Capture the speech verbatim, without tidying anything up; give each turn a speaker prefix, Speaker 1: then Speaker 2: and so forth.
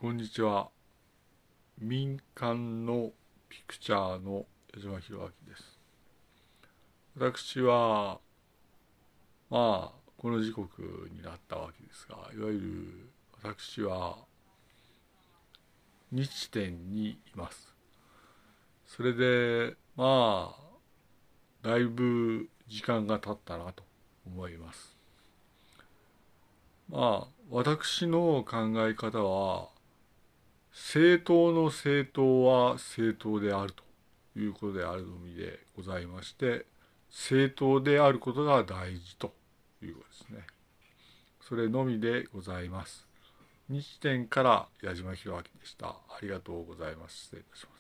Speaker 1: こんにちは。民間のピクチャーの矢島弘明です。私は、まあ、この時刻になったわけですが、いわゆる私は日天にいます。それで、まあ、だいぶ時間が経ったなと思います。まあ、私の考え方は、政党の政党は政党であるということであるのみでございまして、政党であることが大事ということですね。それのみでございます。日天から矢島弘明でした。ありがとうございます。失礼いたします。